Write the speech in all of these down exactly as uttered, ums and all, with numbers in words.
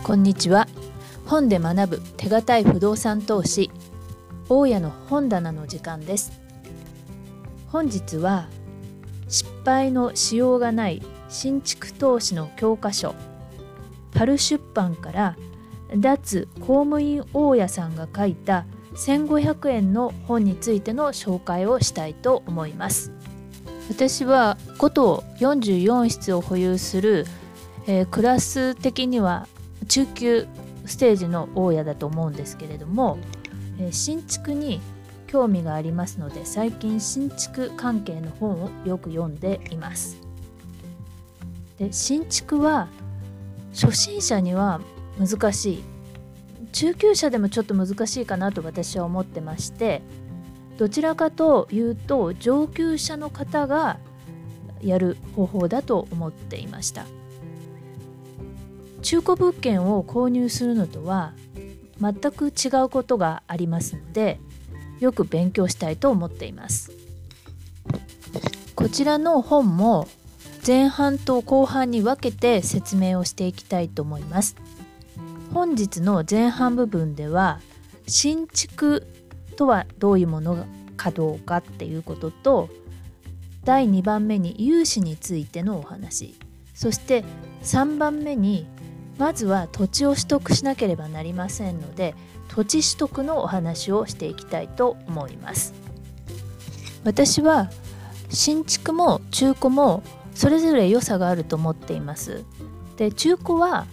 こんにちは。本で学ぶ手堅い不動産投資、大家の本棚の時間です。本日は失敗のしようがない新築投資の教科書、パル出版から脱公務員大家さんが書いたせんごひゃくえんの本についての紹介をしたいと思います。私はご棟よんじゅうよん室を保有する、えー、クラス的には中級ステージの大家だと思うんですけれども、えー、新築に興味がありますので、最近新築関係の本をよく読んでいます。で、新築は初心者には難しい、中級者でもちょっと難しいかなと私は思ってまして、どちらかというと上級者の方がやる方法だと思っていました。中古物件を購入するのとは全く違うことがありますので、よく勉強したいと思っています。こちらの本も前半と後半に分けて説明をしていきたいと思います。本日の前半部分では、新築とはどういうものかどうかっていうことと、だいにばんめに融資についてのお話、そしてさんばんめにまずは土地を取得しなければなりませんので、土地取得のお話をしていきたいと思います。私は新築も中古もそれぞれ良さがあると思っています。で、中古は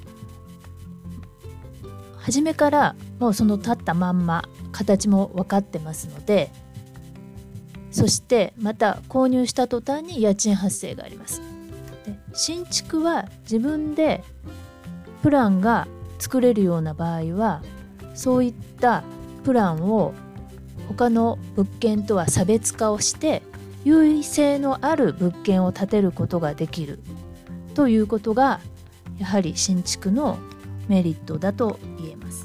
初めからもうその立ったまんま形も分かってますので、そしてまた購入した途端に家賃発生があります。で、新築は自分でプランが作れるような場合は、そういったプランを他の物件とは差別化をして優位性のある物件を建てることができるということが、やはり新築のメリットだと言えます。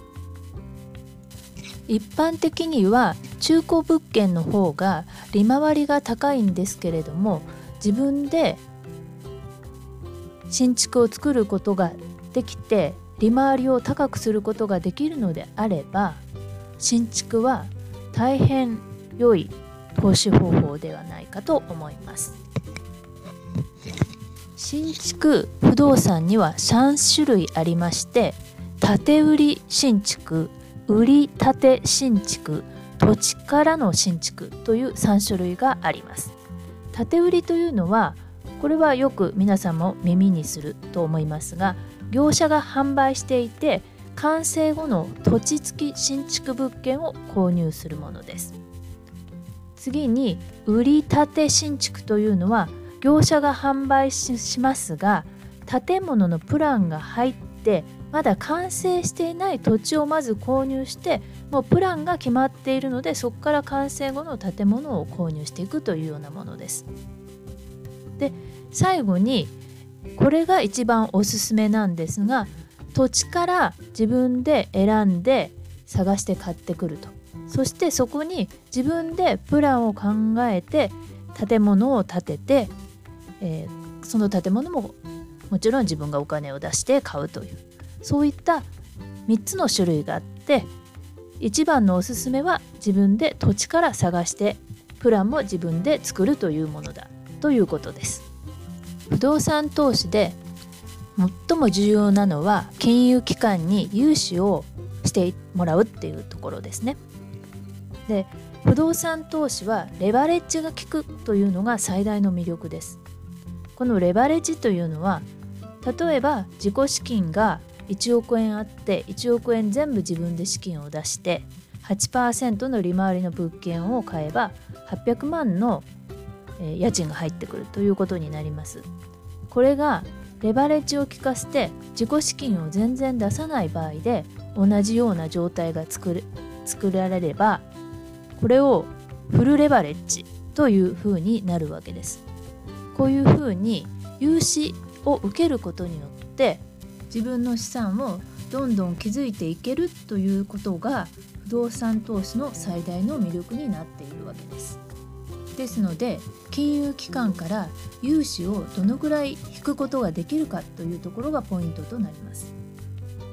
一般的には中古物件の方が利回りが高いんですけれども、自分で新築を作ることができて利回りを高くすることができるのであれば、新築は大変良い投資方法ではないかと思います。新築不動産にはさん種類ありまして、建て売り新築、売り建て新築、土地からの新築というさん種類があります。建て売りというのは、これはよく皆さんも耳にすると思いますが、業者が販売していて完成後の土地付き新築物件を購入するものです。次に売り建て新築というのは、業者が販売しますが、建物のプランが入ってまだ完成していない土地をまず購入して、もうプランが決まっているので、そこから完成後の建物を購入していくというようなものです。で、最後にこれが一番おすすめなんですが、土地から自分で選んで探して買ってくると。そしてそこに自分でプランを考えて建物を建てて、えー、その建物ももちろん自分がお金を出して買うという、そういったみっつの種類があって、一番のおすすめは自分で土地から探してプランも自分で作るというものだということです。不動産投資で最も重要なのは、金融機関に融資をしてもらうっていうところですね。で、不動産投資はレバレッジが効くというのが最大の魅力です。このレバレッジというのは、例えば自己資金がいちおくえんあって、いちおくえん全部自分で資金を出して はちパーセント の利回りの物件を買えばはっぴゃくまんの家賃が入ってくるということになります。これがレバレッジを効かせて自己資金を全然出さない場合で、同じような状態が作れ、作られれば、これをフルレバレッジというふうになるわけです。こういうふうに融資を受けることによって自分の資産をどんどん築いていけるということが、不動産投資の最大の魅力になっているわけです。ですので、金融機関から融資をどのぐらい引くことができるかというところがポイントとなります。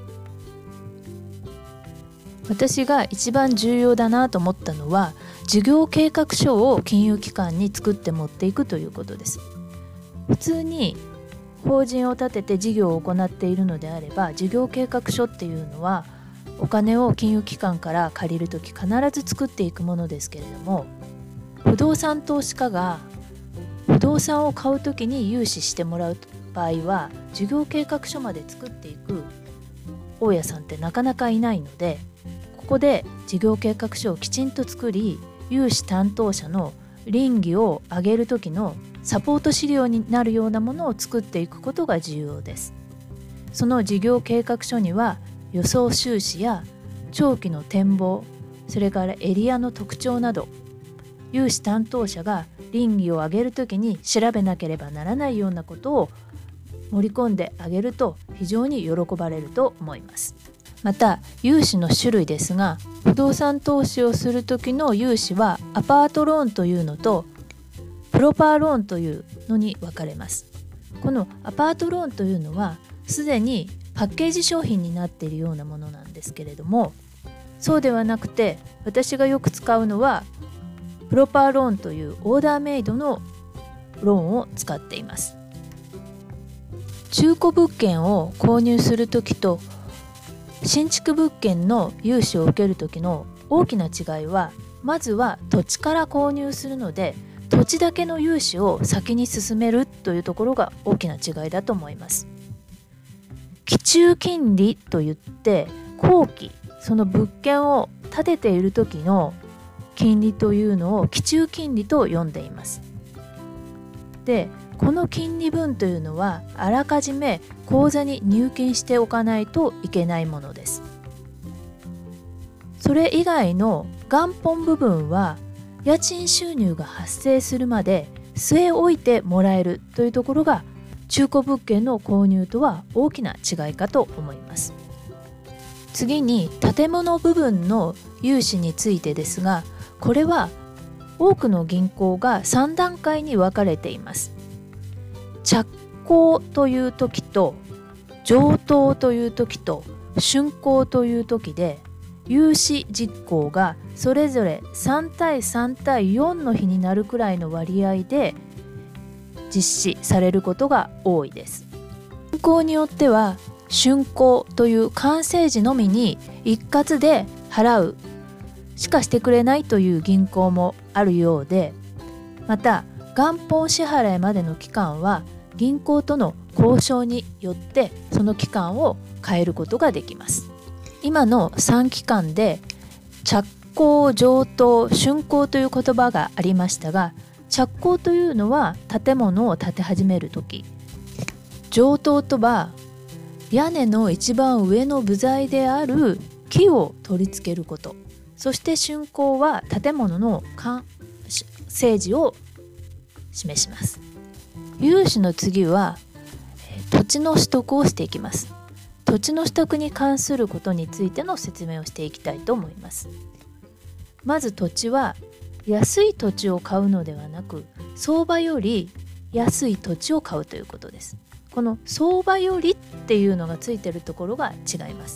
私が一番重要だなと思ったのは、事業計画書を金融機関に作って持っていくということです。普通に法人を立てて事業を行っているのであれば、事業計画書っていうのはお金を金融機関から借りるとき必ず作っていくものですけれども、不動産投資家が不動産を買うときに融資してもらう場合は、事業計画書まで作っていく大家さんってなかなかいないので、ここで事業計画書をきちんと作り、融資担当者の稟議を上げる時のサポート資料になるようなものを作っていくことが重要です。その事業計画書には予想収支や長期の展望、それからエリアの特徴など、融資担当者が稟議を上げるときに調べなければならないようなことを盛り込んであげると非常に喜ばれると思います。また融資の種類ですが、不動産投資をする時の融資はアパートローンというのとプロパーローンというのに分かれます。このアパートローンというのはすでにパッケージ商品になっているようなものなんですけれども、そうではなくて私がよく使うのはプロパーローンというオーダーメイドのローンを使っています。中古物件を購入するときと新築物件の融資を受けるときの大きな違いは、まずは土地から購入するので土地だけの融資を先に進めるというところが大きな違いだと思います。期中金利といって後期、その物件を建てている時の金利というのを期中金利と呼んでいます。で、この金利分というのはあらかじめ口座に入金しておかないといけないものです。それ以外の元本部分は家賃収入が発生するまで据え置いてもらえるというところが中古物件の購入とは大きな違いかと思います。次に建物部分の融資についてですが、これは多くの銀行がさん段階に分かれています。着工という時と上等という時と竣工という時で、融資実行がそれぞれさん対さん対よんの比になるくらいの割合で実施されることが多いです。銀行によっては竣工という完成時のみに一括で払うしかしてくれないという銀行もあるようで、また元本支払いまでの期間は銀行との交渉によってその期間を変えることができます。今のさん期間で着工、上等、竣工という言葉がありましたが、着工というのは建物を建て始めるとき、上等とは屋根の一番上の部材である木を取り付けること、そして竣工は建物の完成時を示します。融資の次は土地の取得をしていきます。土地の取得に関することについての説明をしていきたいと思います。まず土地は安い土地を買うのではなく、相場より安い土地を買うということです。この相場よりっていうのがついているところが違います。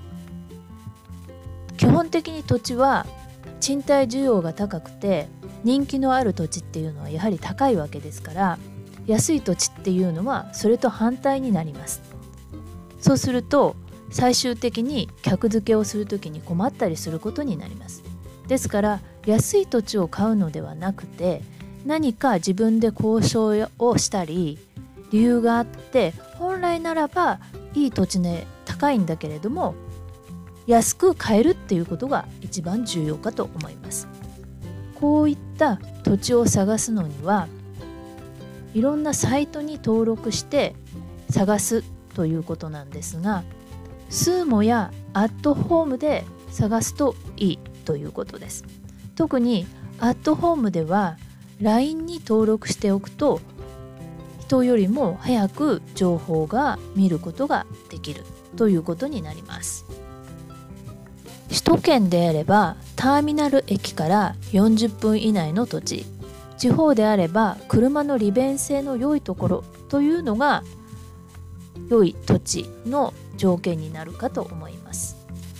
基本的に土地は賃貸需要が高くて人気のある土地っていうのはやはり高いわけですから、安い土地っていうのはそれと反対になります。そうすると最終的に客付けをするときに困ったりすることになります。ですから安い土地を買うのではなくて、何か自分で交渉をしたり理由があって、本来ならばいい土地ね高いんだけれども安く買えるっていうことが一番重要かと思います。こういった土地を探すのにはいろんなサイトに登録して探すということなんですが、スーモやアットホームで探すといいということです。特にアットホームでは ライン に登録しておくと人よりも早く情報が見ることができるということになります。首都圏であればターミナル駅からよんじゅっぷん以内の土地、地方であれば車の利便性の良いところというのが良い土地の条件になるかと思います。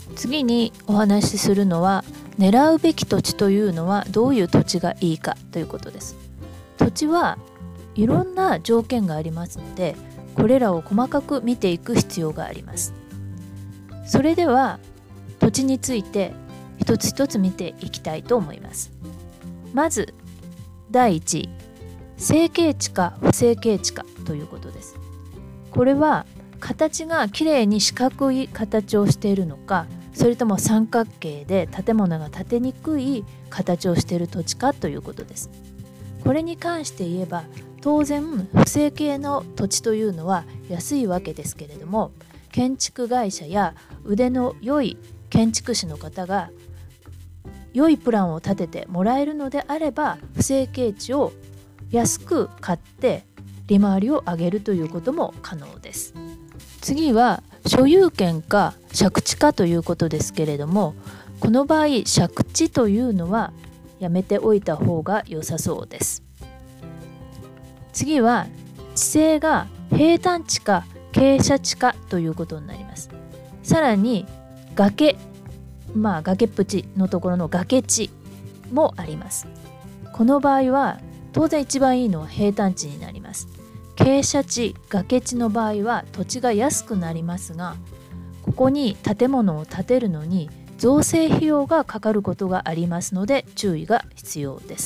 次にお話しするのは、狙うべき土地というのはどういう土地がいいかということです。土地はいろんな条件がありますので、これらを細かく見ていく必要があります。それでは土地について一つ一つ見ていきたいと思います。まずだいいちい、成形地か不成形地かということです。これは形がきれいに四角い形をしているのか、それとも三角形で建物が建てにくい形をしている土地かということです。これに関して言えば、当然不成形の土地というのは安いわけですけれども、建築会社や腕の良い建築士の方が良いプランを立ててもらえるのであれば、不成形地を安く買って利回りを上げるということも可能です。次は所有権か借地かということですけれども、この場合借地というのはやめておいた方が良さそうです。次は地勢が平坦地か傾斜地かということになります。さらに崖、まあ崖っぷちのところの崖地もあります。この場合は当然一番いいのは平坦地になります。傾斜地、崖地の場合は土地が安くなりますが、ここに建物を建てるのに造成費用がかかることがありますので注意が必要です。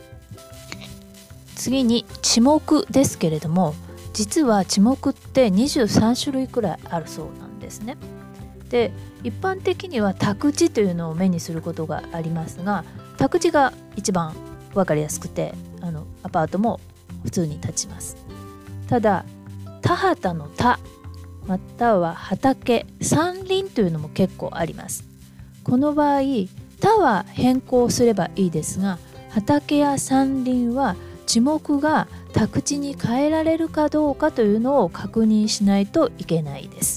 次に地目ですけれども、実は地目ってにじゅうさんしゅるいくらいあるそうなんですね。で、一般的には宅地というのを目にすることがありますが、宅地が一番分かりやすくて、あのアパートも普通に建ちます。ただ田畑の田、または畑、山林というのも結構あります。この場合田は変更すればいいですが、畑や山林は地目が宅地に変えられるかどうかというのを確認しないといけないです。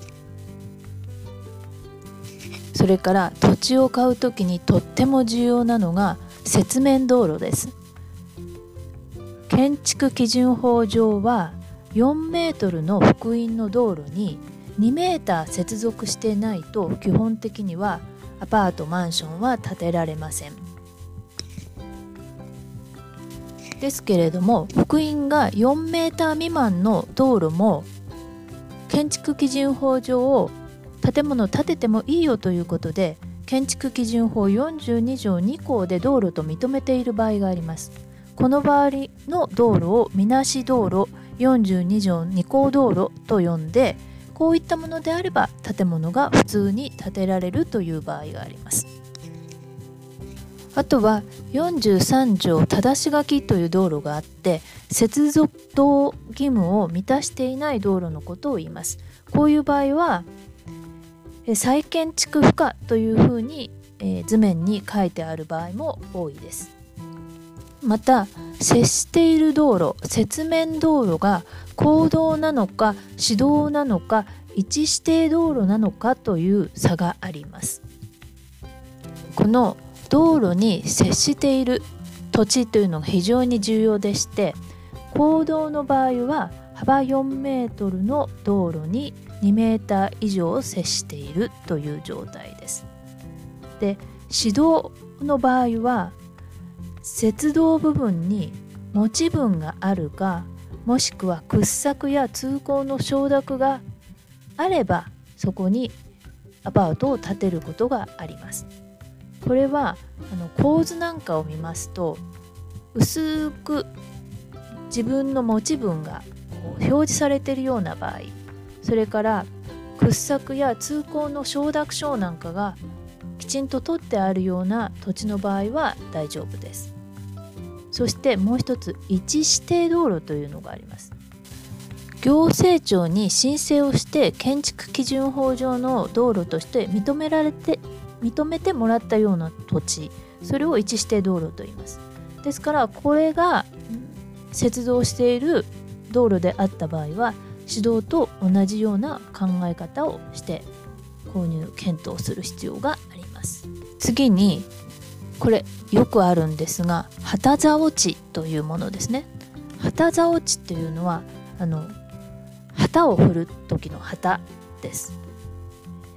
それから土地を買うときにとっても重要なのが雪面道路です。建築基準法上はよんメートルの幅員の道路ににメーター接続してないと、基本的にはアパートマンションは建てられません。ですけれども、幅員がよんメーター未満の道路も建築基準法上建物を建ててもいいよということで、建築基準法よんじゅうにじょうにこうで道路と認めている場合があります。この場合の道路をみなし道路、よんじゅうにじょうにこう道路と呼んで、こういったものであれば建物が普通に建てられるという場合があります。あとはよんじゅうさんじょうただし書きという道路があって、接続道義務を満たしていない道路のことを言います。こういう場合は再建築不可というふうに、えー、図面に書いてある場合も多いです。また接している道路、雪面道路が公道なのか私道なのか一指定道路なのかという差があります。この道路に接している土地というのが非常に重要でして、公道の場合は幅よんメートルの道路ににメーター以上接しているという状態です。で、私道の場合は接道部分に持ち分があるか、もしくは掘削や通行の承諾があればそこにアパートを建てることがあります。これはあの構図なんかを見ますと、薄く自分の持ち分がこう表示されているような場合、それから掘削や通行の承諾書なんかがきちんと取ってあるような土地の場合は大丈夫です。そしてもう一つ、一指定道路というのがあります。行政庁に申請をして建築基準法上の道路として認められて認めてもらったような土地、それを一指定道路と言います。ですからこれが接道している道路であった場合は、市道と同じような考え方をして購入検討する必要があります。次にこれよくあるんですが、旗竿地というものですね。旗竿地というのはあの旗を振る時の旗です。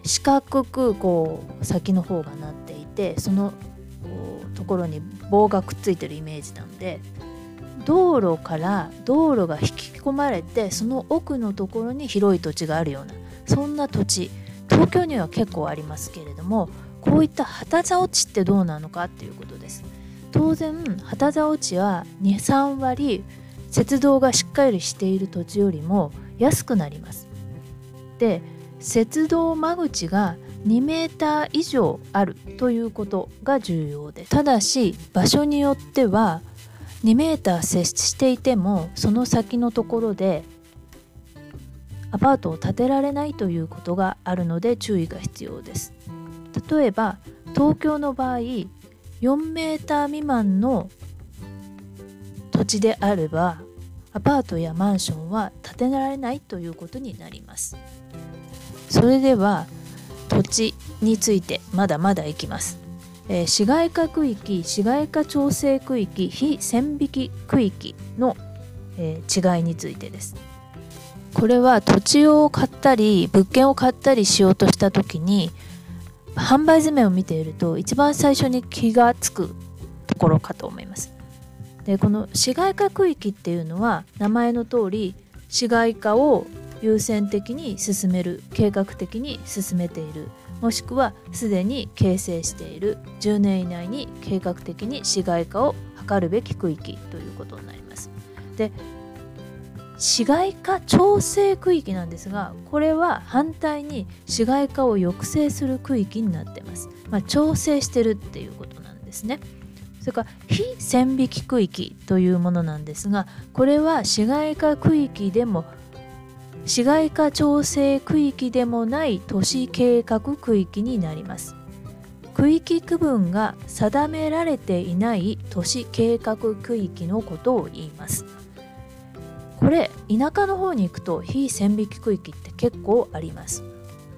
四角くこう先の方がなっていて、そのところに棒がくっついてるイメージなので、道路から道路が引き込まれて、その奥のところに広い土地があるような、そんな土地、東京には結構ありますけれども、こういった旗竿地ってどうなのかっていうことです。当然旗竿地は にさん 割雪道がしっかりしている土地よりも安くなります。で、雪道間口がにメーター以上あるということが重要です。ただし場所によってはにメーター接していても、その先のところでアパートを建てられないということがあるので注意が必要です。例えば東京の場合、よんメーター未満の土地であればアパートやマンションは建てられないということになります。それでは土地についてまだまだいきます。えー、市街化区域、市街化調整区域、非線引き区域の、えー、違いについてです。これは土地を買ったり物件を買ったりしようとした時に、販売図面を見ていると一番最初に気がつくところかと思います。で、この市街化区域っていうのは名前の通り市街化を優先的に進める、計画的に進めている、もしくはすでに形成している、じゅうねん以内に計画的に市街化を図るべき区域ということになります。で、市街化調整区域なんですが、これは反対に市街化を抑制する区域になっています。まあ、調整してるっていうことなんですね。それから非線引き区域というものなんですが、これは市街化区域でも市街化調整区域でもない都市計画区域になります。区域区分が定められていない都市計画区域のことを言います。これ田舎の方に行くと非線引き区域って結構あります。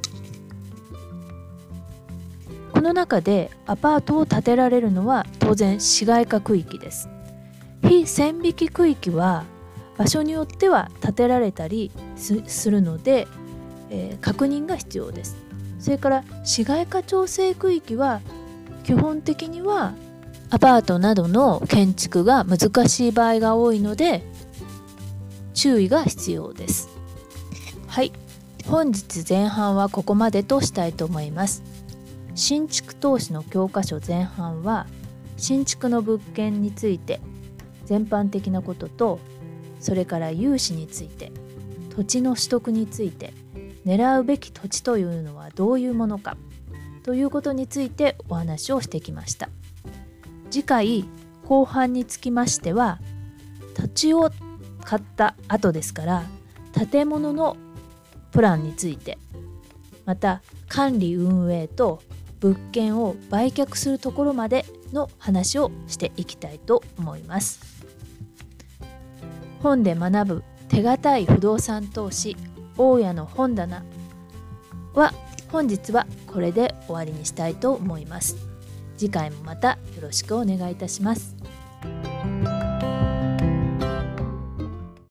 この中でアパートを建てられるのは当然市街化区域です。非線引き区域は場所によっては建てられたりするので、えー、確認が必要です。それから市街化調整区域は基本的にはアパートなどの建築が難しい場合が多いので注意が必要です。はい、本日前半はここまでとしたいと思います。新築投資の教科書前半は新築の物件について全般的なことと、それから融資について、土地の取得について、狙うべき土地というのはどういうものかということについてお話をしてきました。次回後半につきましては、土地を買った後ですから建物のプランについて、また管理運営と物件を売却するところまでの話をしていきたいと思います。本で学ぶ手堅い不動産投資大家の本棚は本日はこれで終わりにしたいと思います。次回もまたよろしくお願いいたします。